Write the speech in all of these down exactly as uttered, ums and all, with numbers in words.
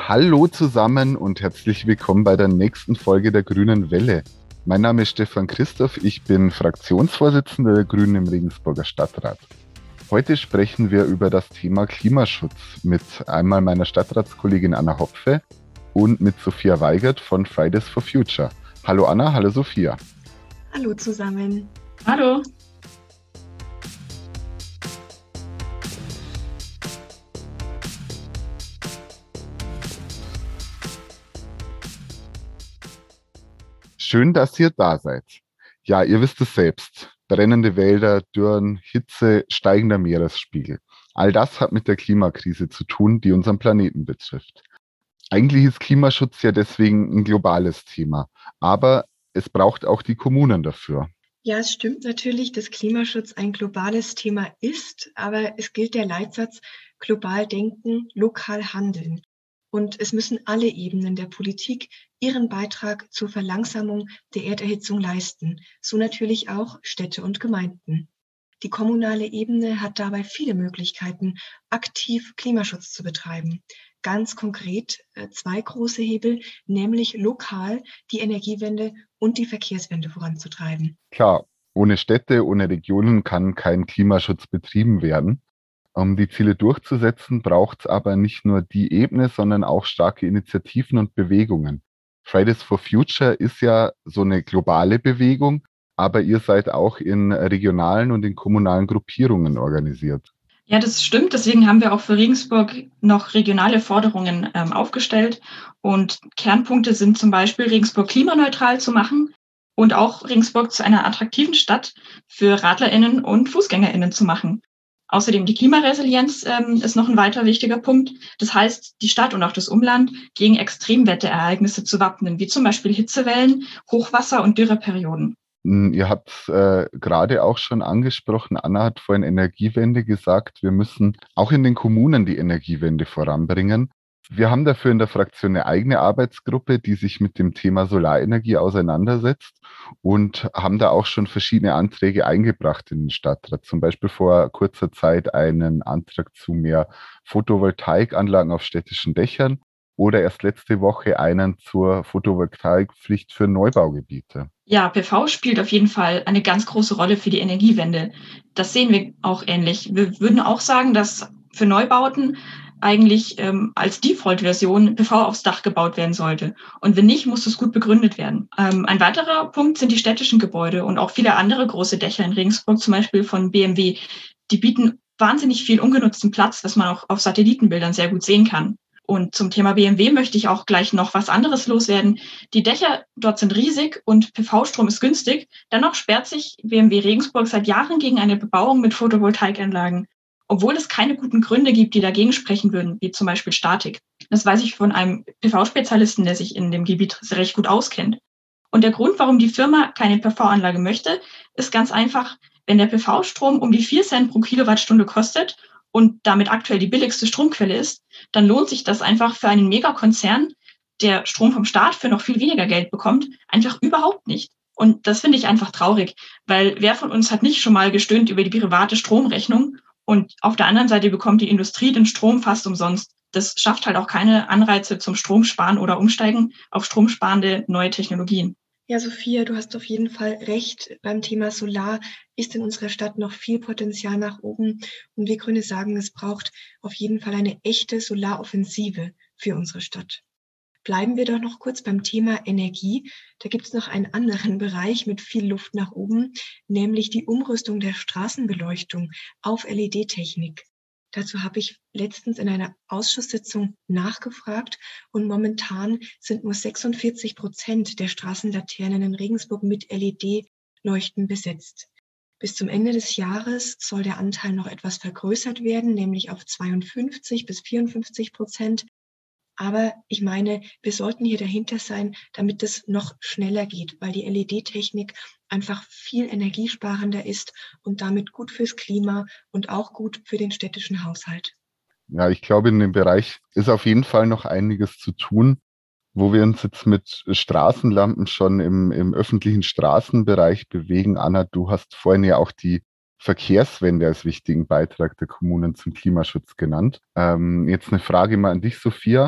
Hallo zusammen und herzlich willkommen bei der nächsten Folge der Grünen Welle. Mein Name ist Stefan Christoph, ich bin Fraktionsvorsitzender der Grünen im Regensburger Stadtrat. Heute sprechen wir über das Thema Klimaschutz mit einmal meiner Stadtratskollegin Anna Hopfe und mit Sophia Weigert von Fridays for Future. Hallo Anna, hallo Sophia. Hallo zusammen. Hallo. Schön, dass ihr da seid. Ja, ihr wisst es selbst. Brennende Wälder, Dürren, Hitze, steigender Meeresspiegel. All das hat mit der Klimakrise zu tun, die unseren Planeten betrifft. Eigentlich ist Klimaschutz ja deswegen ein globales Thema, aber es braucht auch die Kommunen dafür. Ja, es stimmt natürlich, dass Klimaschutz ein globales Thema ist, aber es gilt der Leitsatz global denken, lokal handeln. Und es müssen alle Ebenen der Politik ihren Beitrag zur Verlangsamung der Erderhitzung leisten, so natürlich auch Städte und Gemeinden. Die kommunale Ebene hat dabei viele Möglichkeiten, aktiv Klimaschutz zu betreiben. Ganz konkret äh, zwei große Hebel, nämlich lokal die Energiewende und die Verkehrswende voranzutreiben. Klar, ohne Städte, ohne Regionen kann kein Klimaschutz betrieben werden. Um die Ziele durchzusetzen, braucht es aber nicht nur die Ebene, sondern auch starke Initiativen und Bewegungen. Fridays for Future ist ja so eine globale Bewegung, aber ihr seid auch in regionalen und in kommunalen Gruppierungen organisiert. Ja, das stimmt. Deswegen haben wir auch für Regensburg noch regionale Forderungen ähm, aufgestellt. Und Kernpunkte sind zum Beispiel, Regensburg klimaneutral zu machen und auch Regensburg zu einer attraktiven Stadt für RadlerInnen und FußgängerInnen zu machen. Außerdem die Klimaresilienz ähm, ist noch ein weiter wichtiger Punkt. Das heißt, die Stadt und auch das Umland gegen Extremwetterereignisse zu wappnen, wie zum Beispiel Hitzewellen, Hochwasser und Dürreperioden. Ihr habt es äh, gerade auch schon angesprochen, Anna hat vorhin Energiewende gesagt, wir müssen auch in den Kommunen die Energiewende voranbringen. Wir haben dafür in der Fraktion eine eigene Arbeitsgruppe, die sich mit dem Thema Solarenergie auseinandersetzt und haben da auch schon verschiedene Anträge eingebracht in den Stadtrat. Zum Beispiel vor kurzer Zeit einen Antrag zu mehr Photovoltaikanlagen auf städtischen Dächern oder erst letzte Woche einen zur Photovoltaikpflicht für Neubaugebiete. Ja, P V spielt auf jeden Fall eine ganz große Rolle für die Energiewende. Das sehen wir auch ähnlich. Wir würden auch sagen, dass für Neubauten eigentlich ähm, als Default-Version P V aufs Dach gebaut werden sollte. Und wenn nicht, muss es gut begründet werden. Ähm, ein weiterer Punkt sind die städtischen Gebäude und auch viele andere große Dächer in Regensburg, zum Beispiel von B M W. Die bieten wahnsinnig viel ungenutzten Platz, was man auch auf Satellitenbildern sehr gut sehen kann. Und zum Thema B M W möchte ich auch gleich noch was anderes loswerden. Die Dächer dort sind riesig und P V-Strom ist günstig. Dennoch sperrt sich B M W Regensburg seit Jahren gegen eine Bebauung mit Photovoltaikanlagen, obwohl es keine guten Gründe gibt, die dagegen sprechen würden, wie zum Beispiel Statik. Das weiß ich von einem P V-Spezialisten, der sich in dem Gebiet recht gut auskennt. Und der Grund, warum die Firma keine P V-Anlage möchte, ist ganz einfach, wenn der P V-Strom um die vier Cent pro Kilowattstunde kostet und damit aktuell die billigste Stromquelle ist, dann lohnt sich das einfach für einen Megakonzern, der Strom vom Staat für noch viel weniger Geld bekommt, einfach überhaupt nicht. Und das finde ich einfach traurig, weil wer von uns hat nicht schon mal gestöhnt über die private Stromrechnung und auf der anderen Seite bekommt die Industrie den Strom fast umsonst. Das schafft halt auch keine Anreize zum Stromsparen oder Umsteigen auf stromsparende neue Technologien. Ja, Sophia, du hast auf jeden Fall recht. Beim Thema Solar ist in unserer Stadt noch viel Potenzial nach oben. Und wir Grüne sagen, es braucht auf jeden Fall eine echte Solaroffensive für unsere Stadt. Bleiben wir doch noch kurz beim Thema Energie. Da gibt es noch einen anderen Bereich mit viel Luft nach oben, nämlich die Umrüstung der Straßenbeleuchtung auf L E D-Technik. Dazu habe ich letztens in einer Ausschusssitzung nachgefragt und momentan sind nur sechsundvierzig Prozent der Straßenlaternen in Regensburg mit L E D-Leuchten besetzt. Bis zum Ende des Jahres soll der Anteil noch etwas vergrößert werden, nämlich auf zweiundfünfzig bis vierundfünfzig Prozent. Aber ich meine, wir sollten hier dahinter sein, damit es noch schneller geht, weil die L E D-Technik einfach viel energiesparender ist und damit gut fürs Klima und auch gut für den städtischen Haushalt. Ja, ich glaube, in dem Bereich ist auf jeden Fall noch einiges zu tun, wo wir uns jetzt mit Straßenlampen schon im, im öffentlichen Straßenbereich bewegen. Anna, du hast vorhin ja auch die Verkehrswende als wichtigen Beitrag der Kommunen zum Klimaschutz genannt. Ähm, jetzt eine Frage mal an dich, Sophia.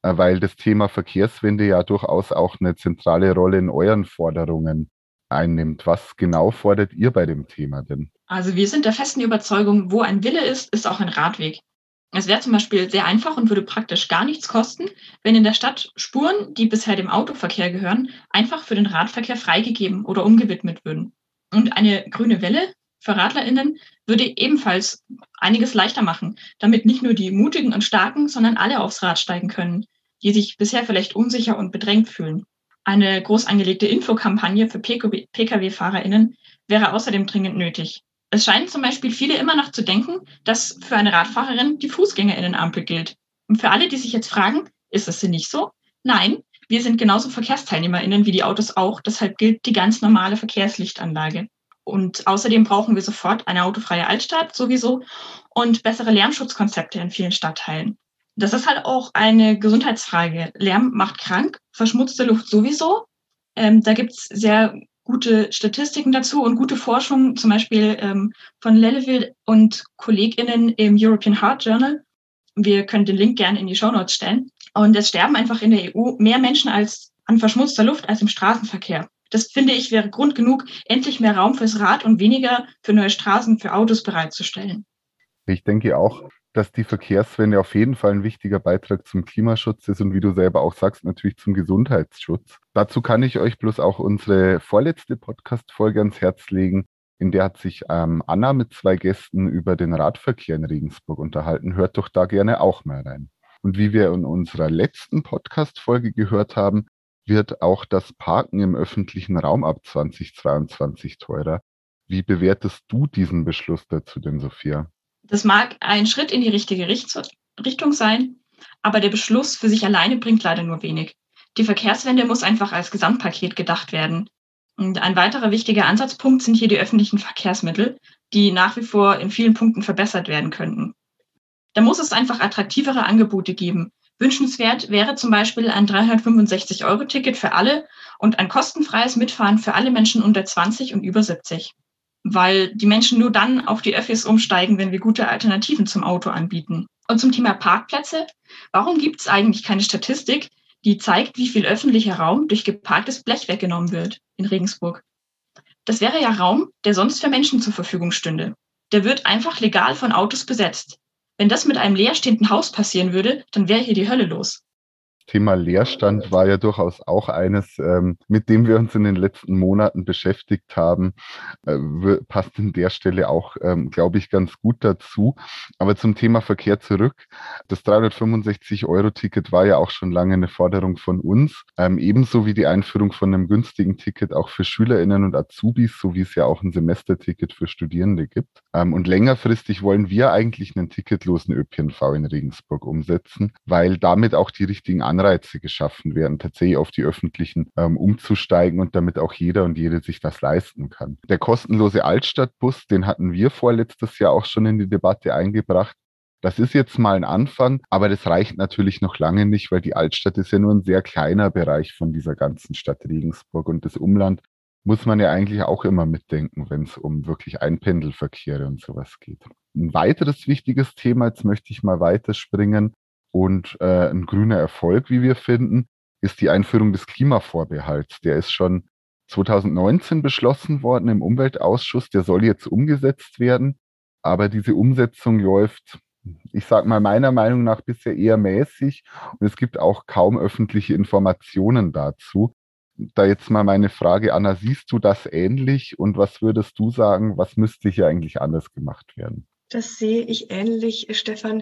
äh, weil das Thema Verkehrswende ja durchaus auch eine zentrale Rolle in euren Forderungen einnimmt. Was genau fordert ihr bei dem Thema denn? Also wir sind der festen Überzeugung, wo ein Wille ist, ist auch ein Radweg. Es wäre zum Beispiel sehr einfach und würde praktisch gar nichts kosten, wenn in der Stadt Spuren, die bisher dem Autoverkehr gehören, einfach für den Radverkehr freigegeben oder umgewidmet würden. Und eine grüne Welle für RadlerInnen würde ebenfalls einiges leichter machen, damit nicht nur die Mutigen und Starken, sondern alle aufs Rad steigen können, die sich bisher vielleicht unsicher und bedrängt fühlen. Eine groß angelegte Infokampagne für P K W-FahrerInnen wäre außerdem dringend nötig. Es scheinen zum Beispiel viele immer noch zu denken, dass für eine Radfahrerin die Fußgängerinnenampel gilt. Und für alle, die sich jetzt fragen, ist das denn nicht so? Nein, wir sind genauso VerkehrsteilnehmerInnen wie die Autos auch, deshalb gilt die ganz normale Verkehrslichtanlage. Und außerdem brauchen wir sofort eine autofreie Altstadt sowieso und bessere Lärmschutzkonzepte in vielen Stadtteilen. Das ist halt auch eine Gesundheitsfrage. Lärm macht krank, verschmutzte Luft sowieso. Ähm, da gibt es sehr gute Statistiken dazu und gute Forschung, zum Beispiel ähm, von Lelleville und KollegInnen im European Heart Journal. Wir können den Link gerne in die Shownotes stellen. Und es sterben einfach in der E U mehr Menschen als an verschmutzter Luft als im Straßenverkehr. Das finde ich wäre Grund genug, endlich mehr Raum fürs Rad und weniger für neue Straßen für Autos bereitzustellen. Ich denke auch, dass die Verkehrswende auf jeden Fall ein wichtiger Beitrag zum Klimaschutz ist und wie du selber auch sagst, natürlich zum Gesundheitsschutz. Dazu kann ich euch bloß auch unsere vorletzte Podcast-Folge ans Herz legen. In der hat sich ähm, Anna mit zwei Gästen über den Radverkehr in Regensburg unterhalten. Hört doch da gerne auch mal rein. Und wie wir in unserer letzten Podcast-Folge gehört haben, wird auch das Parken im öffentlichen Raum ab zweitausendzweiundzwanzig teurer. Wie bewertest du diesen Beschluss dazu denn, Sophia? Das mag ein Schritt in die richtige Richtung sein, aber der Beschluss für sich alleine bringt leider nur wenig. Die Verkehrswende muss einfach als Gesamtpaket gedacht werden. Und ein weiterer wichtiger Ansatzpunkt sind hier die öffentlichen Verkehrsmittel, die nach wie vor in vielen Punkten verbessert werden könnten. Da muss es einfach attraktivere Angebote geben. Wünschenswert wäre zum Beispiel ein dreihundertfünfundsechzig Euro Ticket für alle und ein kostenfreies Mitfahren für alle Menschen unter zwanzig und über siebzig. Weil die Menschen nur dann auf die Öffis umsteigen, wenn wir gute Alternativen zum Auto anbieten. Und zum Thema Parkplätze, warum gibt es eigentlich keine Statistik, die zeigt, wie viel öffentlicher Raum durch geparktes Blech weggenommen wird in Regensburg? Das wäre ja Raum, der sonst für Menschen zur Verfügung stünde. Der wird einfach legal von Autos besetzt. Wenn das mit einem leerstehenden Haus passieren würde, dann wäre hier die Hölle los. Thema Leerstand war ja durchaus auch eines, ähm, mit dem wir uns in den letzten Monaten beschäftigt haben. Äh, passt an der Stelle auch, ähm, glaube ich, ganz gut dazu. Aber zum Thema Verkehr zurück. Das dreihundertfünfundsechzig Euro Ticket war ja auch schon lange eine Forderung von uns. Ähm, ebenso wie die Einführung von einem günstigen Ticket auch für SchülerInnen und Azubis, so wie es ja auch ein Semesterticket für Studierende gibt. Ähm, und längerfristig wollen wir eigentlich einen ticketlosen Ö P N V in Regensburg umsetzen, weil damit auch die richtigen Anreize geschaffen werden, tatsächlich auf die öffentlichen ähm, umzusteigen und damit auch jeder und jede sich das leisten kann. Der kostenlose Altstadtbus, den hatten wir vorletztes Jahr auch schon in die Debatte eingebracht. Das ist jetzt mal ein Anfang, aber das reicht natürlich noch lange nicht, weil die Altstadt ist ja nur ein sehr kleiner Bereich von dieser ganzen Stadt Regensburg und das Umland muss man ja eigentlich auch immer mitdenken, wenn es um wirklich Einpendelverkehre und sowas geht. Ein weiteres wichtiges Thema, jetzt möchte ich mal weiterspringen, und äh, ein grüner Erfolg, wie wir finden, ist die Einführung des Klimavorbehalts. Der ist schon zweitausendneunzehn beschlossen worden im Umweltausschuss. Der soll jetzt umgesetzt werden. Aber diese Umsetzung läuft, ich sage mal meiner Meinung nach, bisher eher mäßig. Und es gibt auch kaum öffentliche Informationen dazu. Da jetzt mal meine Frage, Anna, siehst du das ähnlich? Und was würdest du sagen, was müsste hier eigentlich anders gemacht werden? Das sehe ich ähnlich, Stefan.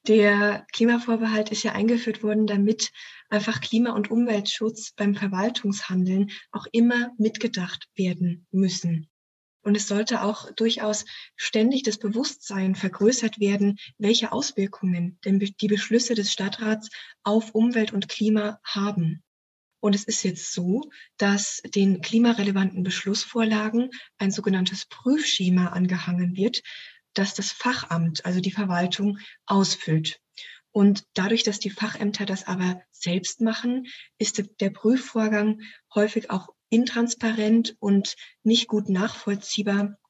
Der Klimavorbehalt ist ja eingeführt worden, damit einfach Klima- und Umweltschutz beim Verwaltungshandeln auch immer mitgedacht werden müssen. Und es sollte auch durchaus ständig das Bewusstsein vergrößert werden, welche Auswirkungen denn die Beschlüsse des Stadtrats auf Umwelt und Klima haben. Und es ist jetzt so, dass den klimarelevanten Beschlussvorlagen ein sogenanntes Prüfschema angehangen wird, dass das Fachamt, also die Verwaltung, ausfüllt. Und dadurch, dass die Fachämter das aber selbst machen, ist der Prüfvorgang häufig auch intransparent und nicht gut nachvollziehbar,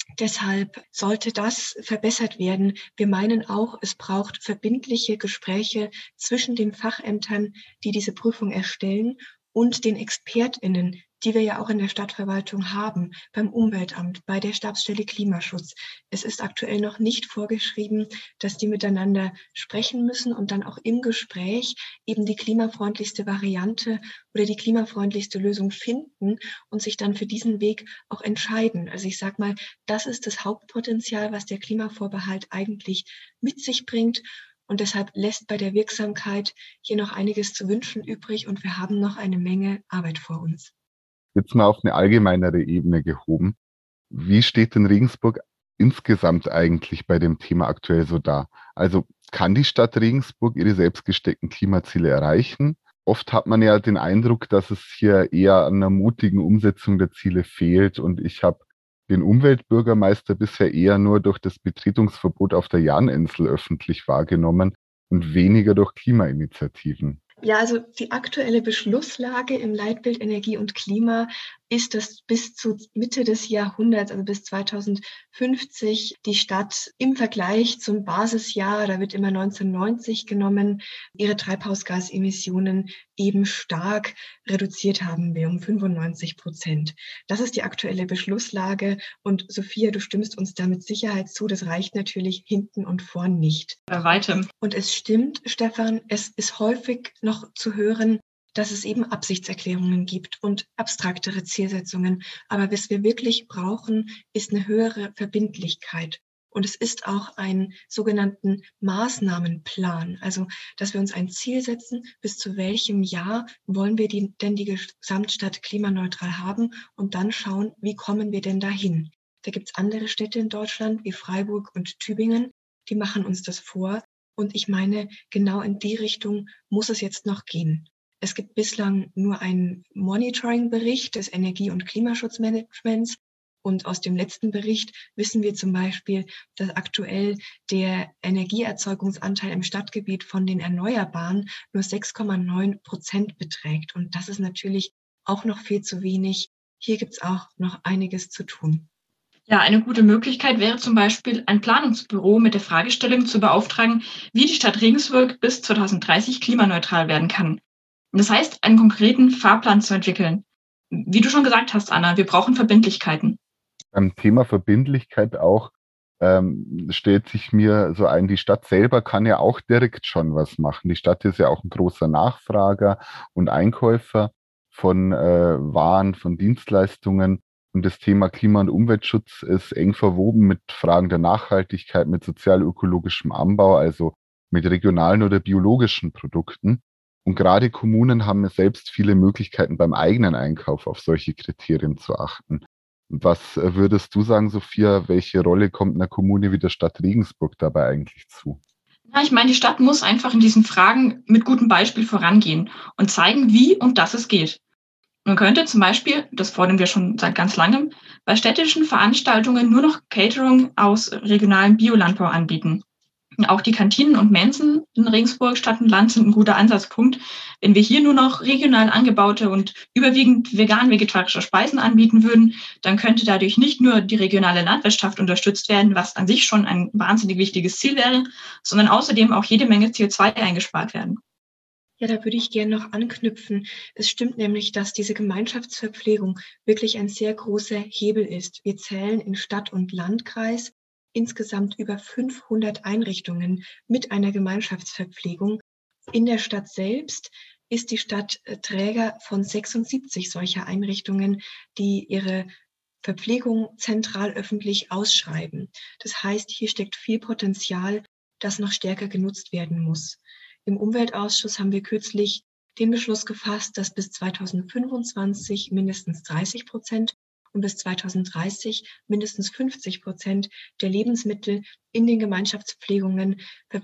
Deshalb sollte das verbessert werden. Wir meinen auch, es braucht verbindliche Gespräche zwischen den Fachämtern, die diese Prüfung erstellen, und den ExpertInnen, die wir ja auch in der Stadtverwaltung haben, beim Umweltamt, bei der Stabsstelle Klimaschutz. Es ist aktuell noch nicht vorgeschrieben, dass die miteinander sprechen müssen und dann auch im Gespräch eben die klimafreundlichste Variante oder die klimafreundlichste Lösung finden und sich dann für diesen Weg auch entscheiden. Also ich sage mal, das ist das Hauptpotenzial, was der Klimavorbehalt eigentlich mit sich bringt. Und deshalb lässt bei der Wirksamkeit hier noch einiges zu wünschen übrig und wir haben noch eine Menge Arbeit vor uns. Jetzt mal auf eine allgemeinere Ebene gehoben. Wie steht denn Regensburg insgesamt eigentlich bei dem Thema aktuell so da? Also kann die Stadt Regensburg ihre selbst gesteckten Klimaziele erreichen? Oft hat man ja den Eindruck, dass es hier eher an einer mutigen Umsetzung der Ziele fehlt. Und ich habe den Umweltbürgermeister bisher eher nur durch das Betretungsverbot auf der Jahninsel öffentlich wahrgenommen und weniger durch Klimainitiativen. Ja, also die aktuelle Beschlusslage im Leitbild Energie und Klima ist, dass bis zu Mitte des Jahrhunderts, also bis zweitausendfünfzig, die Stadt im Vergleich zum Basisjahr, da wird immer neunzehnhundertneunzig genommen, ihre Treibhausgasemissionen eben stark reduziert haben wir um fünfundneunzig Prozent. Das ist die aktuelle Beschlusslage und Sophia, du stimmst uns da mit Sicherheit zu, das reicht natürlich hinten und vorn nicht. Bei weitem. Und es stimmt, Stefan, es ist häufig noch zu hören, dass es eben Absichtserklärungen gibt und abstraktere Zielsetzungen. Aber was wir wirklich brauchen, ist eine höhere Verbindlichkeit. Und es ist auch ein sogenannten Maßnahmenplan. Also, dass wir uns ein Ziel setzen, bis zu welchem Jahr wollen wir die, denn die Gesamtstadt klimaneutral haben und dann schauen, wie kommen wir denn dahin. Da gibt es andere Städte in Deutschland wie Freiburg und Tübingen, die machen uns das vor. Und ich meine, genau in die Richtung muss es jetzt noch gehen. Es gibt bislang nur einen Monitoring-Bericht des Energie- und Klimaschutzmanagements. Und aus dem letzten Bericht wissen wir zum Beispiel, dass aktuell der Energieerzeugungsanteil im Stadtgebiet von den Erneuerbaren nur sechs Komma neun Prozent beträgt. Und das ist natürlich auch noch viel zu wenig. Hier gibt es auch noch einiges zu tun. Ja, eine gute Möglichkeit wäre zum Beispiel, ein Planungsbüro mit der Fragestellung zu beauftragen, wie die Stadt Regensburg bis zweitausenddreißig klimaneutral werden kann. Das heißt, einen konkreten Fahrplan zu entwickeln. Wie du schon gesagt hast, Anna, wir brauchen Verbindlichkeiten. Beim Thema Verbindlichkeit auch ähm, stellt sich mir so ein, die Stadt selber kann ja auch direkt schon was machen. Die Stadt ist ja auch ein großer Nachfrager und Einkäufer von äh, Waren, von Dienstleistungen. Und das Thema Klima- und Umweltschutz ist eng verwoben mit Fragen der Nachhaltigkeit, mit sozial-ökologischem Anbau, also mit regionalen oder biologischen Produkten. Und gerade Kommunen haben ja selbst viele Möglichkeiten beim eigenen Einkauf auf solche Kriterien zu achten. Was würdest du sagen, Sophia, welche Rolle kommt einer Kommune wie der Stadt Regensburg dabei eigentlich zu? Ja, ich meine, die Stadt muss einfach in diesen Fragen mit gutem Beispiel vorangehen und zeigen, wie und dass es geht. Man könnte zum Beispiel, das fordern wir schon seit ganz langem, bei städtischen Veranstaltungen nur noch Catering aus regionalem Biolandbau anbieten. Auch die Kantinen und Mensen in Regensburg, Stadt und Land sind ein guter Ansatzpunkt. Wenn wir hier nur noch regional angebaute und überwiegend vegan-vegetarische Speisen anbieten würden, dann könnte dadurch nicht nur die regionale Landwirtschaft unterstützt werden, was an sich schon ein wahnsinnig wichtiges Ziel wäre, sondern außerdem auch jede Menge C O zwei eingespart werden. Ja, da würde ich gerne noch anknüpfen. Es stimmt nämlich, dass diese Gemeinschaftsverpflegung wirklich ein sehr großer Hebel ist. Wir zählen in Stadt und Landkreis insgesamt über fünfhundert Einrichtungen mit einer Gemeinschaftsverpflegung. In der Stadt selbst ist die Stadt Träger von sechsundsiebzig solcher Einrichtungen, die ihre Verpflegung zentral öffentlich ausschreiben. Das heißt, hier steckt viel Potenzial, das noch stärker genutzt werden muss. Im Umweltausschuss haben wir kürzlich den Beschluss gefasst, dass bis zweitausendfünfundzwanzig mindestens dreißig Prozent und bis zweitausenddreißig mindestens fünfzig Prozent der Lebensmittel in den Gemeinschaftspflegungen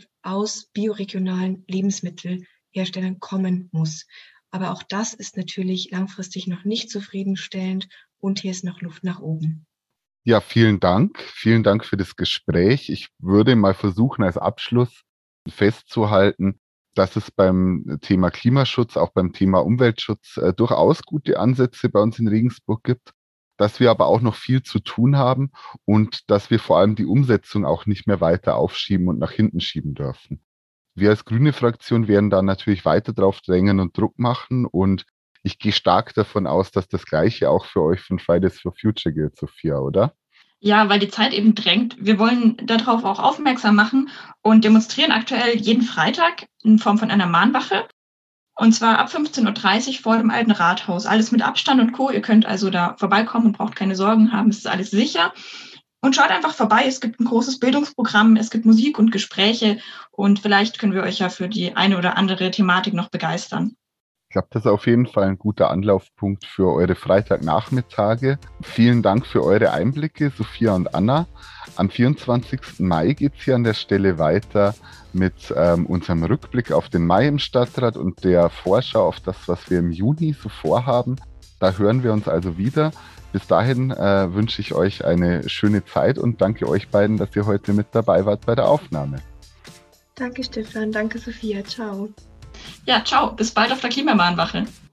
aus bioregionalen Lebensmittelherstellern kommen muss. Aber auch das ist natürlich langfristig noch nicht zufriedenstellend und hier ist noch Luft nach oben. Ja, vielen Dank. Vielen Dank für das Gespräch. Ich würde mal versuchen, als Abschluss festzuhalten, dass es beim Thema Klimaschutz, auch beim Thema Umweltschutz äh, durchaus gute Ansätze bei uns in Regensburg gibt. dass wir aber auch noch viel zu tun haben und dass wir vor allem die Umsetzung auch nicht mehr weiter aufschieben und nach hinten schieben dürfen. Wir als grüne Fraktion werden da natürlich weiter drauf drängen und Druck machen und ich gehe stark davon aus, dass das Gleiche auch für euch von Fridays for Future gilt, Sophia, oder? Ja, weil die Zeit eben drängt. Wir wollen darauf auch aufmerksam machen und demonstrieren aktuell jeden Freitag in Form von einer Mahnwache. Und zwar ab fünfzehn Uhr dreißig vor dem alten Rathaus. Alles mit Abstand und Co. Ihr könnt also da vorbeikommen und braucht keine Sorgen haben. Es ist alles sicher. Und schaut einfach vorbei. Es gibt ein großes Bildungsprogramm. Es gibt Musik und Gespräche. Und vielleicht können wir euch ja für die eine oder andere Thematik noch begeistern. Ich glaube, das ist auf jeden Fall ein guter Anlaufpunkt für eure Freitagnachmittage. Vielen Dank für eure Einblicke, Sophia und Anna. Am vierundzwanzigsten Mai geht es hier an der Stelle weiter mit ähm, unserem Rückblick auf den Mai im Stadtrat und der Vorschau auf das, was wir im Juni so vorhaben. Da hören wir uns also wieder. Bis dahin äh, wünsche ich euch eine schöne Zeit und danke euch beiden, dass ihr heute mit dabei wart bei der Aufnahme. Danke Stefan, danke Sophia, ciao. Ja, ciao, bis bald auf der Klimamahnwache.